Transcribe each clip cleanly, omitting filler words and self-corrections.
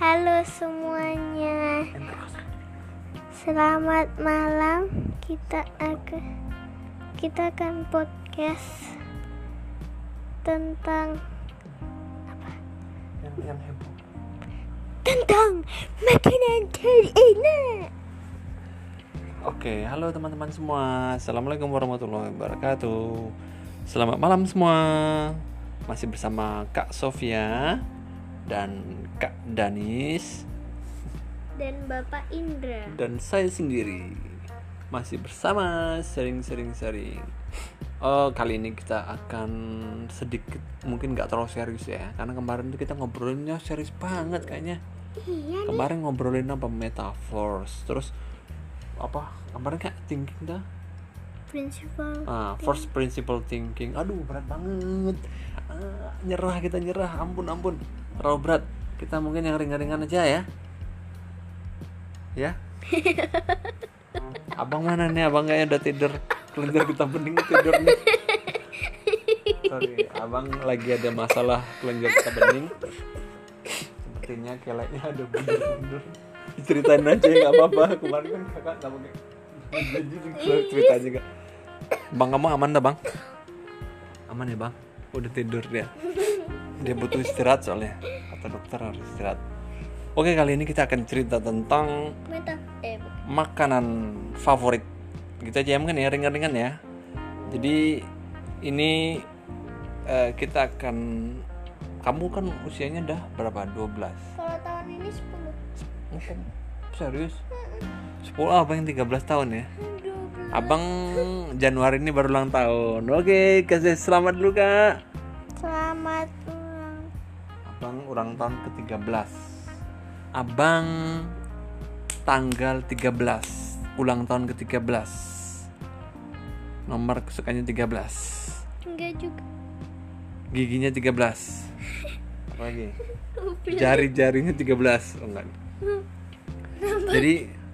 Halo semuanya, selamat malam. Kita akan podcast tentang yang heboh, tentang makanan terenak. Oke, halo teman-teman semua. Assalamualaikum warahmatullahi wabarakatuh. Selamat malam semua. Masih bersama Kak Sofia dan Kak Danis Dan Bapak Indra. dan saya sendiri masih bersama sering. Kali ini kita akan sedikit, mungkin gak terlalu serius ya, karena kemarin tuh kita ngobrolinnya serius banget kayaknya. Iya nih. Kemarin ngobrolin apa, metaverse, terus apa kemarin kayak thinking dah, first principle thinking. Aduh, berat banget. Kita nyerah, ampun, terlalu berat. Kita mungkin yang ringan-ringan aja ya. Abang mana nih? Abang kayaknya udah tidur. Kelenjar kita bening tidur nih. Sorry, abang lagi ada masalah kelenjar kita bening. Sepertinya keleknya ada bundur-bundur. Ceritain aja, nggak apa-apa. Kemarin kan kakak nggak pakai cerita juga. Bang, kamu aman dah bang? Aman ya bang? Udah tidur dia butuh istirahat soalnya, kata dokter harus istirahat. Oke, kali ini kita akan cerita tentang makanan favorit. Gitu aja mungkin ya, ringan-ringan ya. Jadi ini kita akan, kamu kan usianya udah berapa? 12. Kalau tahun ini 10. Serius? 10 abang yang 13 tahun ya. Abang Januari ini baru ulang tahun. Oke, kasih selamat dulu kak. Selamat Abang ulang tahun ke-13. Abang tanggal 13, ulang tahun ke-13. Nomor kesukaannya 13. Enggak juga. Giginya 13. Apa lagi? Jari-jarinya 13. Oh, enggak. Jadi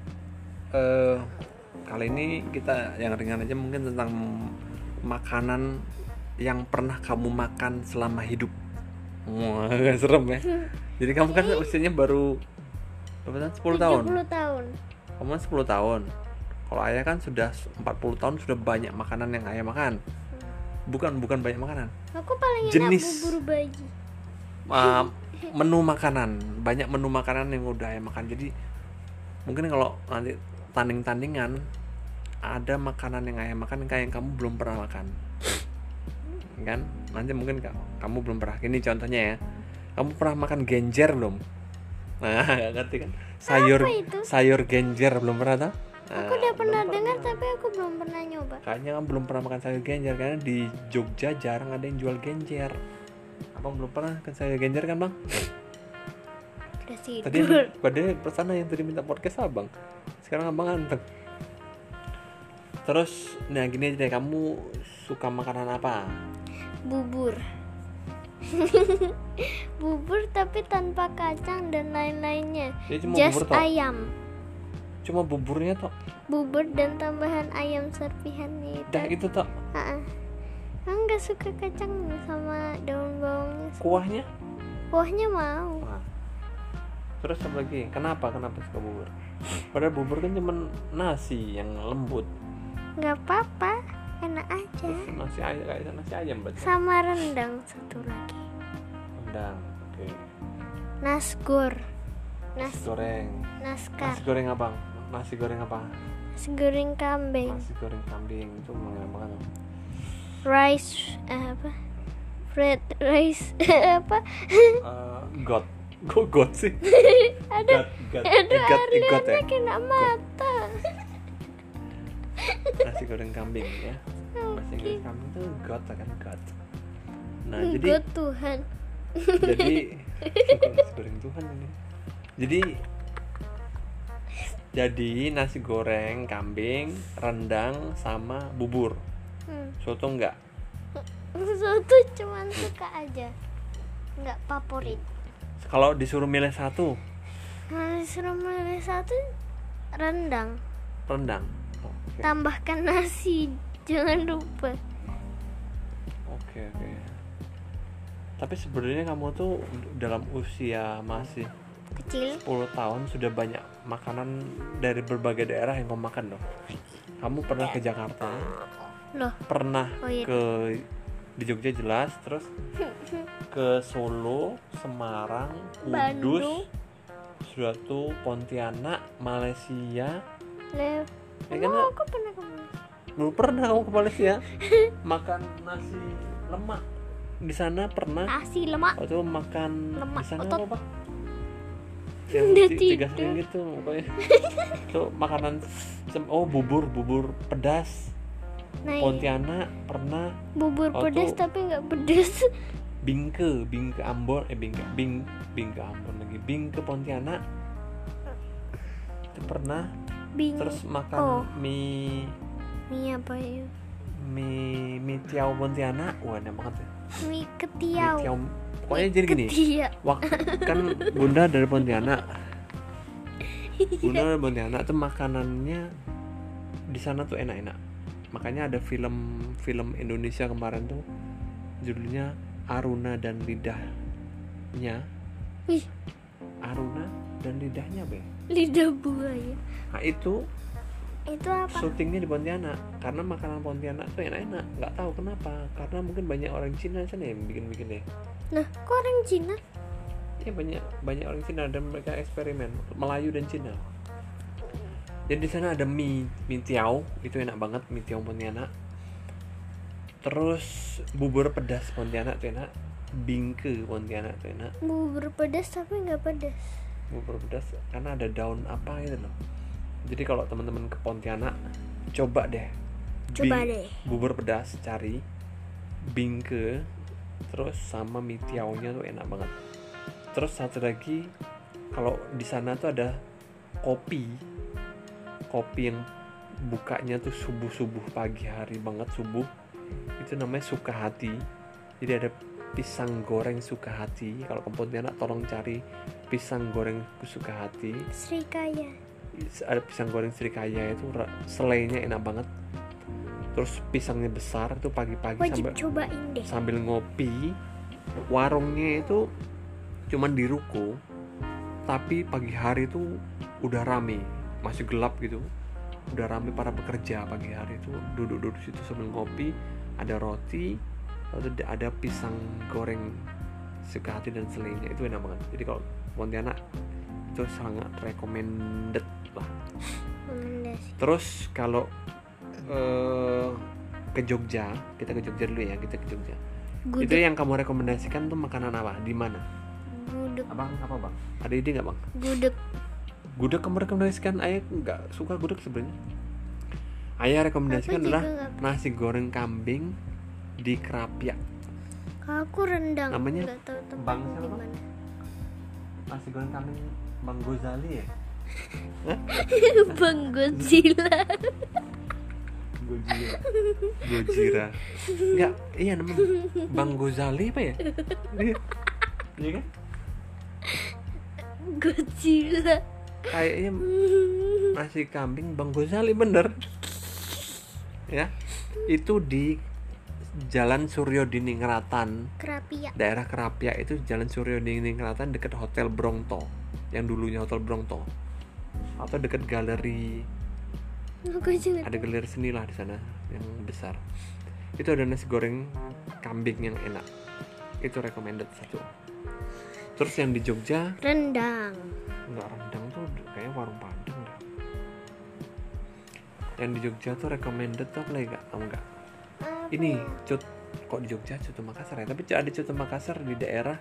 kali ini kita yang ringan aja, mungkin tentang makanan yang pernah kamu makan selama hidup. Wah, agak serem ya. Jadi kamu kan usianya baru berapa tahun? 10 tahun. 70 tahun. Kamu kan 10 tahun. Kalau ayah kan sudah 40 tahun, sudah banyak makanan yang ayah makan. Bukan banyak makanan. Aku paling enak Jenis. bubur bayi. Menu makanan, banyak menu makanan yang udah ayah makan. Jadi mungkin kalau nanti tanding-tandingan ada makanan yang ayah makan yang kamu belum pernah makan. Kan? Nanti mungkin kamu belum pernah. Ini contohnya ya. Kamu pernah makan genjer belum? Nah, ngerti kan? Sayur genjer belum pernah tau? Aku udah pernah dengar tapi aku belum pernah nyoba. Kayaknya kamu belum pernah makan sayur genjer, karena di Jogja jarang ada yang jual genjer. Abang belum pernah makan sayur genjer kan bang? Udah tidur. Tadi pada persana yang tadi minta podcast abang. Sekarang abang anteng. Terus, nah gini aja deh, kamu suka makanan apa? Bubur. Bubur tapi tanpa kacang dan lain-lainnya. Ya, cuma Just bubur toh. ayam. Cuma buburnya toh. Bubur dan tambahan ayam serpihannya itu. Dah itu toh. Aku nggak suka kacang sama daun bawangnya. Kuahnya? Kuahnya mau. Nah. Terus apa lagi? Kenapa suka bubur? Padahal bubur kan cuma nasi yang lembut. Nggak apa-apa, enak aja. Terus nasi ayam berarti. Sama rendang satu lagi. Rendang. Oke. Nasgor. Nasi goreng. Naskar. Nasi goreng apa? Nasi goreng apa? Nasi goreng kambing. Nasi goreng kambing itu enak banget. Rice apa? Fried rice apa? God sih. Ada Igot ya. kena mata. Nasi goreng kambing ya. Nasi goreng kambing itu God kan, God. Nah, jadi God Tuhan. Jadi nasi goreng Tuhan ini. Jadi nasi goreng kambing, rendang sama bubur. Soto enggak? Soto cuman suka aja, nggak favorit. Kalau disuruh milih satu? Kalau disuruh milih satu, rendang. Okay. Tambahkan nasi, jangan lupa. Oke. Tapi sebenarnya kamu tuh dalam usia masih kecil. 10 tahun sudah banyak makanan dari berbagai daerah yang kamu makan loh. Kamu pernah ke Jakarta, Loh, pernah Oh, iya. di Jogja jelas, terus ke Solo, Semarang, Kudus, Bandung. Suatu, Pontianak, Malaysia. Lev. Ya kan, Emang aku pernah ke Malaysia? belum pernah kamu ke Malaysia makan nasi lemak di sana pernah? Nasi lemak. Waktu makan Lemak di sana otot. apa, Pak? Yang Udah 3 tidur. sering gitu pokoknya. Itu makanan bubur pedas. Nah, iya. Pontianak pernah. Bubur Oh, pedas tuh. tapi nggak pedas. Bingke Ambon, Bingke Ambon lagi, Bingke Pontianak itu pernah. Bing. Terus makan Oh. mie Mie apa ya? tiao Pontianak, wah enak banget ya. Mie Mie ketiau. tiao, pokoknya jadi gini. Ketia. Waktu kan Bunda dari Pontianak, Bunda dari Pontianak tuh makanannya di sana tuh enak-enak. Makanya ada film Indonesia kemarin tuh judulnya Aruna dan Lidahnya. Wih, Aruna dan Lidahnya apa ya? lidah buaya. Nah itu Itu apa? syutingnya di Pontianak, karena makanan Pontianak tuh enak-enak. Nggak tahu kenapa, karena mungkin banyak orang Cina sana yang bikin deh. Nah, kok orang Cina? Ya banyak orang Cina dan mereka eksperimen Melayu dan Cina. Jadi di sana ada mie tiao, itu enak banget, mie tiao Pontianak. Terus bubur pedas Pontianak tuh enak, bingke Pontianak tuh enak. Bubur pedas tapi nggak pedas. Bubur pedas karena ada daun apa gitu loh. Jadi kalau teman-teman ke Pontianak, coba deh bubur pedas, cari bingke, terus sama mie tiaonya tuh enak banget. Terus satu lagi, kalau di sana tuh ada kopi yang bukanya tuh subuh pagi hari banget subuh, itu namanya Sukahati. Jadi ada pisang goreng Sukahati. Kalau ke Pontianak tolong cari pisang goreng Sukahati. Srikaya. Ada pisang goreng Srikaya, itu selainya enak banget. Terus pisangnya besar, itu pagi-pagi Wajib cobain deh. sambil ngopi. Warungnya itu cuman di ruko, tapi pagi hari itu udah rame, masih gelap gitu, udah rame para pekerja. Pagi hari itu duduk situ sambil ngopi, ada roti, lalu ada pisang goreng Sukahati dan selainya, itu enak banget. Jadi kalau Pontianak itu sangat recommended lah. Rekomendasi. Terus kalau ke Jogja, kita ke Jogja dulu ya, kita ke Jogja. Itu Gudeg. yang kamu rekomendasikan tuh makanan apa? Di mana? Gudeg. Abang apa bang? Ada ide nggak bang? Gudeg. Kamu rekomendasikan? Ayah nggak suka gudeg sebenarnya. Ayah rekomendasikan Aku juga adalah nggak- nasi goreng kambing di Krapia. Aku rendang. Namanya Nggak tahu Bang tempatnya di siapa? mana. Nasi goreng kambing Bang Gozali ya? Bang Godzilla. Gojira. Enggak, iya namanya Bang Gozali apa ya? Iya kan? Godzilla. Kayaknya nasi kambing Bang Gozali bener. Ya, itu di Jalan Suryo Diningrat, Kerapia. daerah Kerapia. Itu Jalan Suryo Diningrat dekat Hotel Brongto, yang dulunya Hotel Brongto, atau dekat galeri, Aku juga. ada galeri seni lah di sana yang besar. Itu ada nasi goreng kambing yang enak, itu recommended satu. Terus yang di Jogja, Rendang. enggak, rendang tuh kayak warung Padang deh. Yang di Jogja tuh recommended tuh apa lagi gak? Kamu enggak? Ini kok di Jogja Coto Makassar ya? Tapi ada Coto Makassar di daerah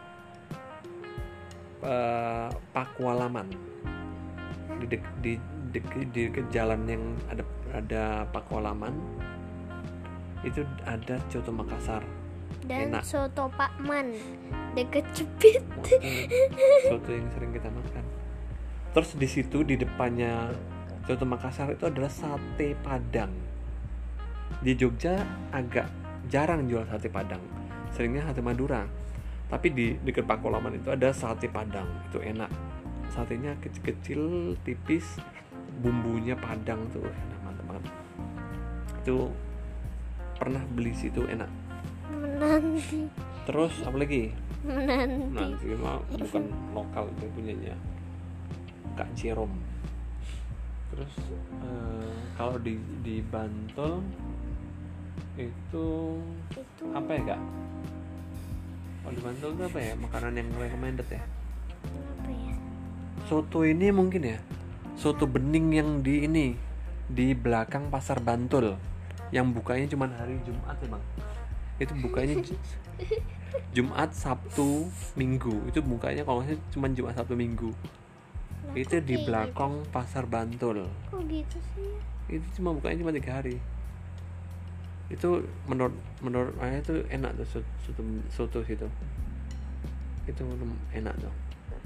Pakualaman. Di dekat jalan yang ada Pakualaman itu ada Coto Makassar. Dan Enak. soto Pakman. Deket Cepit. Soto yang sering kita makan. Terus di situ di depannya Coto Makassar itu adalah sate Padang. Di Jogja agak jarang jual sate Padang, seringnya sate Madura. Tapi di dekat Pakualaman itu ada sate Padang, itu enak. Satenya kecil-kecil, tipis, bumbunya Padang tuh enak, mantap banget. Itu pernah beli situ, enak. Menanti. Terus apa lagi? Menanti. Nanti mah bukan lokal itu punyanya Kak Jerome. Terus kalau di Bantul itu apa ya Kak? Kalau di Bantul itu apa ya makanan yang recommended ya? Apa ya? Soto ini mungkin ya, soto bening yang di belakang pasar Bantul, yang bukanya cuma hari Jumat ya bang. Itu bukanya Jumat, Sabtu, Minggu. Itu bukanya kalau nggak salah cuma Jumat, Sabtu, Minggu. Lah, Itu kok di kayak belakang pasar Bantul. Kok gitu sih? Itu bukanya cuma 3 hari. Itu menurut saya itu enak tuh soto situ. Itu enak tuh.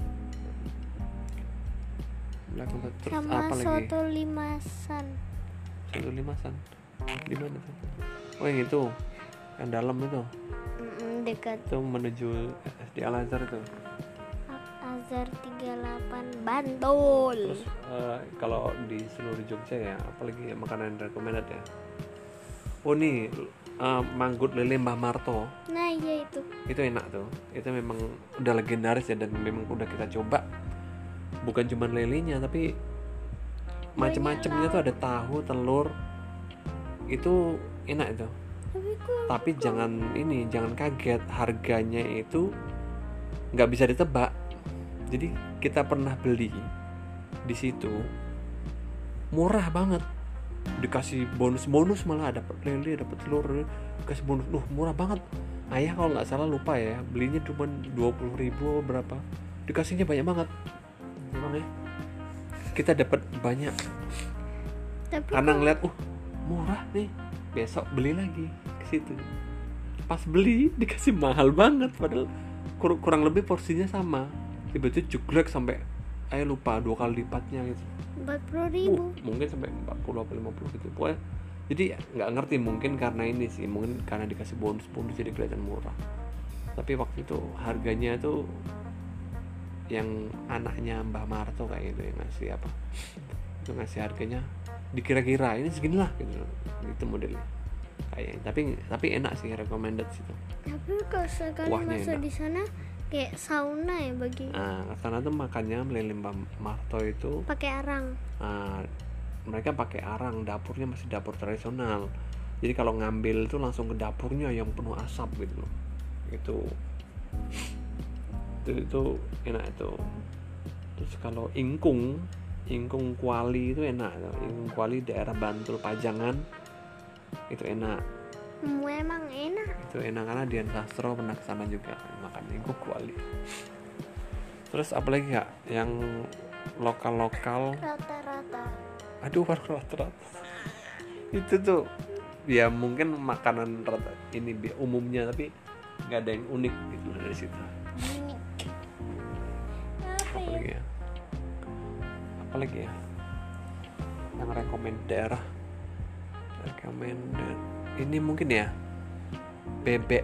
Terus Sama apa lagi? soto limasan. Soto limasan. Di mana tuh? Oh yang itu, yang dalam itu. Dekat Itu menuju SD Al Azhar itu. Azhar 38 Bantul. Terus kalau di seluruh Jogja ya, apalagi makanan recommended ya. Oh nih, manggut lele Mbah Marto. Nah iya itu. Itu enak tuh. Itu memang udah legendaris ya dan memang udah kita coba. Bukan cuma lelenya tapi macam-macamnya tuh ada tahu, telur. Itu enak itu. Tapi jangan kaget, harganya itu nggak bisa ditebak. Jadi kita pernah beli di situ murah banget, dikasih bonus malah, dapat lele, dapat telur, dikasih bonus, murah banget. Ayah kalau nggak salah lupa ya, belinya cuma 20.000 berapa, dikasihnya banyak banget. Memang ya, kita dapat banyak. Tapi Karena ngeliat, murah nih, besok beli lagi ke situ. Pas beli dikasih mahal banget, padahal kurang lebih porsinya sama. Tiba-tiba juglek sampai lupa 2 kali lipatnya gitu. 40.000. Mungkin sampai 40 atau 50 gitu. Pokoknya jadi nggak ngerti, mungkin karena ini sih, mungkin karena dikasih bonus jadi kelihatan murah. Tapi waktu itu harganya tuh yang anaknya Mbah Marto kayak gitu yang ngasih apa? Itu ngasih harganya dikira-kira ini segini lah gitu. Itu modelnya. Kayaknya. Tapi enak sih, recommended situ. Tapi kalau sekali Kuahnya masuk enak. di sana kayak sauna ya bagi. Nah, karena tuh makannya lele Mbah Marto itu Pakai arang. mereka pakai arang, dapurnya masih dapur tradisional. Jadi kalau ngambil tuh langsung ke dapurnya yang penuh asap gitu loh. Itu enak itu. Terus kalau ingkung kuali itu enak. Ingkung kuali daerah Bantul Pajangan itu enak. Memang enak. Itu enak karena Dian Sastro pernah kesana juga makan ingkung kuali. Terus apalagi Kak yang lokal Rata-rata. Aduh, rata-rata itu tuh ya mungkin makanan rata ini umumnya, tapi nggak ada yang unik gitu dari situ. Apalagi ya yang recommended ini mungkin ya bebek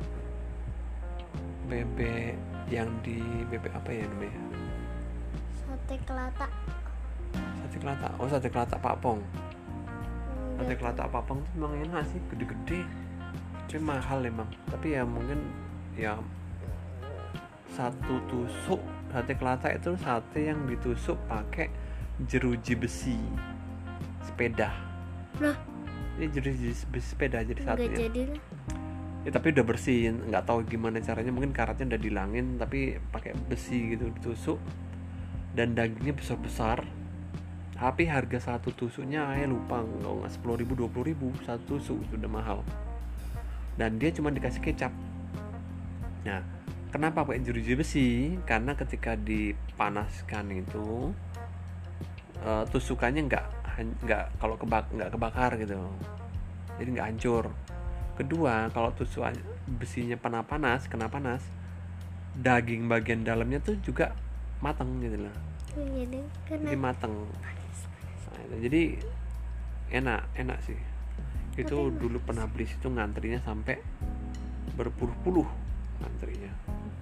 yang di bebek apa ya namanya, Sate kelata. Sate kelata Pak Pong. Sate kelata Pak Pong tuh memang enak sih, gede-gede, cuma mahal emang. Tapi ya mungkin ya satu tusuk sate kelata itu sate yang ditusuk pakai jeruji besi sepeda. Lah, ini jeruji besi sepeda jadi nggak satenya. jadi lah. Ya tapi udah bersihin, nggak tahu gimana caranya, mungkin karatnya udah dilangin tapi pakai besi gitu ditusuk, dan dagingnya besar-besar. Tapi harga satu tusuknya lupa, kalau nggak 10.000 20.000 satu tusuk, itu udah mahal. Dan dia cuma dikasih kecap. Nah, kenapa pakai jeruji besi? Karena ketika dipanaskan itu tusukannya nggak kalau nggak kebakar gitu, jadi nggak hancur. Kedua, kalau tusukan besinya kena panas, daging bagian dalamnya tuh juga matang gitu loh. Jadi matang. Nah, jadi enak sih. Itu dulu pernah beli situ ngantrinya sampai berpuluh-puluh ngantrinya.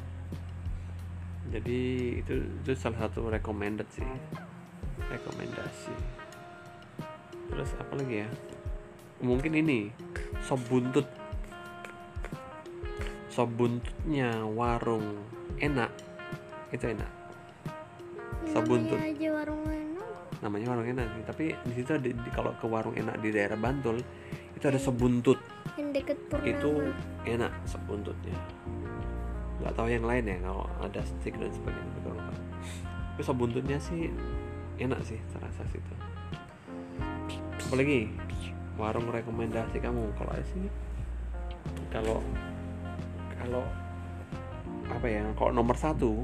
Jadi itu salah satu rekomendasi. Terus apa lagi ya? Mungkin ini sop sop buntutnya warung enak itu enak. Sop buntut Namanya aja warung enak. namanya warung enak sih, tapi di situ ada kalau ke warung enak di daerah Bantul itu ada sop buntut, Yang deket Purnama. itu enak sop buntutnya. Nggak tahu yang lain ya, kalau ada steak dan sebagainya gitu loh. Tapi sop buntutnya sih enak sih, terasa situ. Apalagi warung rekomendasi kamu kalau di sini? Kalau apa ya? Kalau nomor satu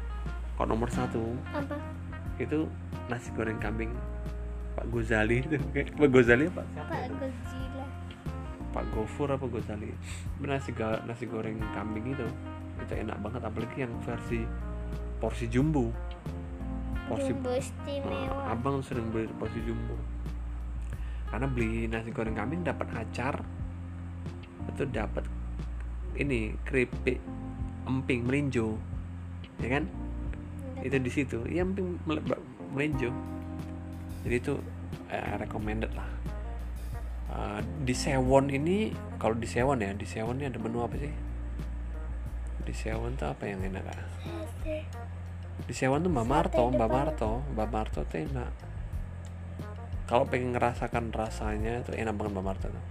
Apa? itu nasi goreng kambing Pak Gozali itu. Pak Gozali apa? Siapa Pak itu? Godzilla. Pak Gofur apa Gozali? Nasi goreng kambing itu enak banget, apalagi yang versi porsi jumbo. Jumbo istimewa. Abang sering beli porsi jumbo. Karena beli nasi goreng kambing dapat acar, itu dapat ini keripik emping melinjo, ya kan? Itu di situ, ya emping melinjo. Jadi itu recommended lah. Di Sewon ini, kalau di Sewon ya, di Sewon ini ada menu apa sih? Di Sewon tuh apa yang enak kan? Di Sewon tuh Mbak Marto tuh enak. Kalau pengen ngerasakan rasanya itu enak banget Mbak Marto tuh.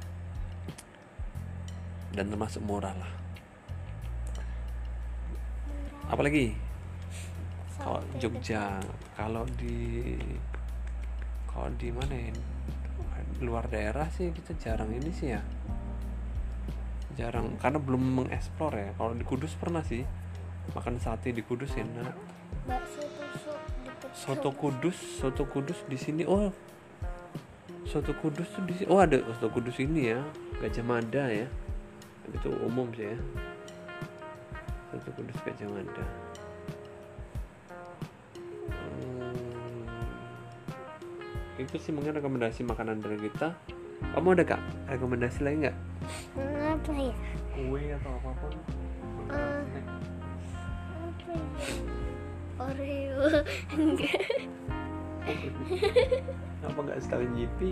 Dan termasuk murah lah. Apalagi kalau Jogja, kalau di mana ya? Luar daerah sih kita jarang ini sih ya. Jarang karena belum mengeksplor ya. Kalau di Kudus pernah sih makan sate di Kudus enak. Bakso tusuk deket Soto Kudus di sini. Oh, soto Kudus tuh di sini. Oh, ada soto Kudus ini ya, Gajah Mada ya. Itu umum sih ya. Soto Kudus Gajah Mada. Itu sih mungkin rekomendasi makanan dari kita. Kamu ada Kak rekomendasi lain nggak? apa ya? Kue atau apapun? Apa ya? Oreo. Enggak. Apa nggak sekalian Yipi?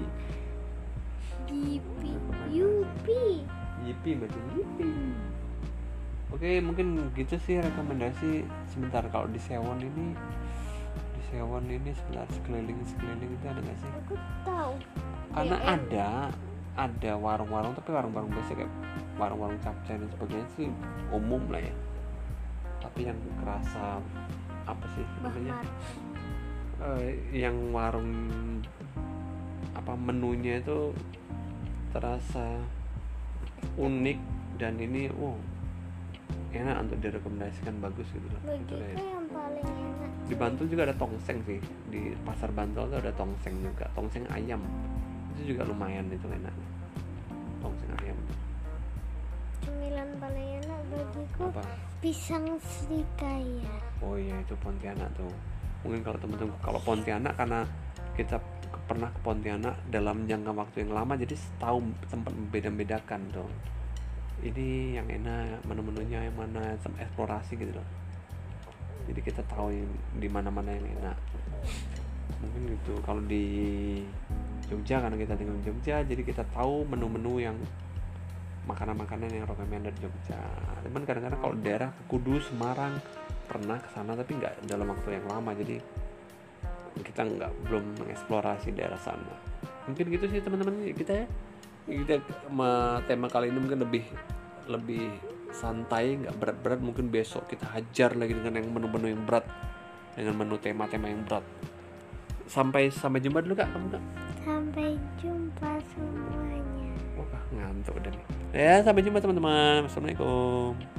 Yupi. Baca Yipi. Oke, mungkin gitu sih rekomendasi. Sebentar, kalau di Sewon ini sebentar, sekeliling itu ada nggak sih? Aku tahu. Karena ada warung-warung, tapi warung-warung biasa kayak warung-warung capcay dan sebagainya sih umum lah ya. Tapi yang kerasa apa sih namanya? Yang warung apa menunya itu terasa unik dan ini enak untuk direkomendasikan, bagus gitu loh. Bagiku yang paling enak. Di Bantul juga ada tongseng sih, di pasar Bantul tuh ada tongseng juga, tongseng ayam itu juga lumayan, itu enak tongseng ayam. Cemilan paling enak bagiku Apa? pisang serikaya. Oh iya, itu Pontianak tuh. Mungkin kalau teman-teman kalau Pontianak, karena kita pernah ke Pontianak dalam jangka waktu yang lama, jadi tahu tempat membeda-bedakan tuh. Ini yang enak, menu-menunya yang mana, eksplorasi gitu loh. Jadi kita tahu di mana-mana yang enak. Mungkin gitu. Kalau di Jogja, karena kita tinggal di Jogja, jadi kita tahu menu-menu yang makanan-makanan yang recommended Jogja. Cuman kadang-kadang kalau daerah Kudus, Semarang pernah kesana tapi nggak dalam waktu yang lama, jadi kita belum mengeksplorasi daerah sana. Mungkin gitu sih teman-teman kita ya. Tema kali ini mungkin lebih santai, nggak berat-berat. Mungkin besok kita hajar lagi dengan yang menu-menu yang berat, dengan menu tema-tema yang berat. Sampai jumpa dulu Kak, kamu Kak. Sampai jumpa semuanya. Ngantuk udah nih. Ya, sampai jumpa teman-teman. Assalamualaikum.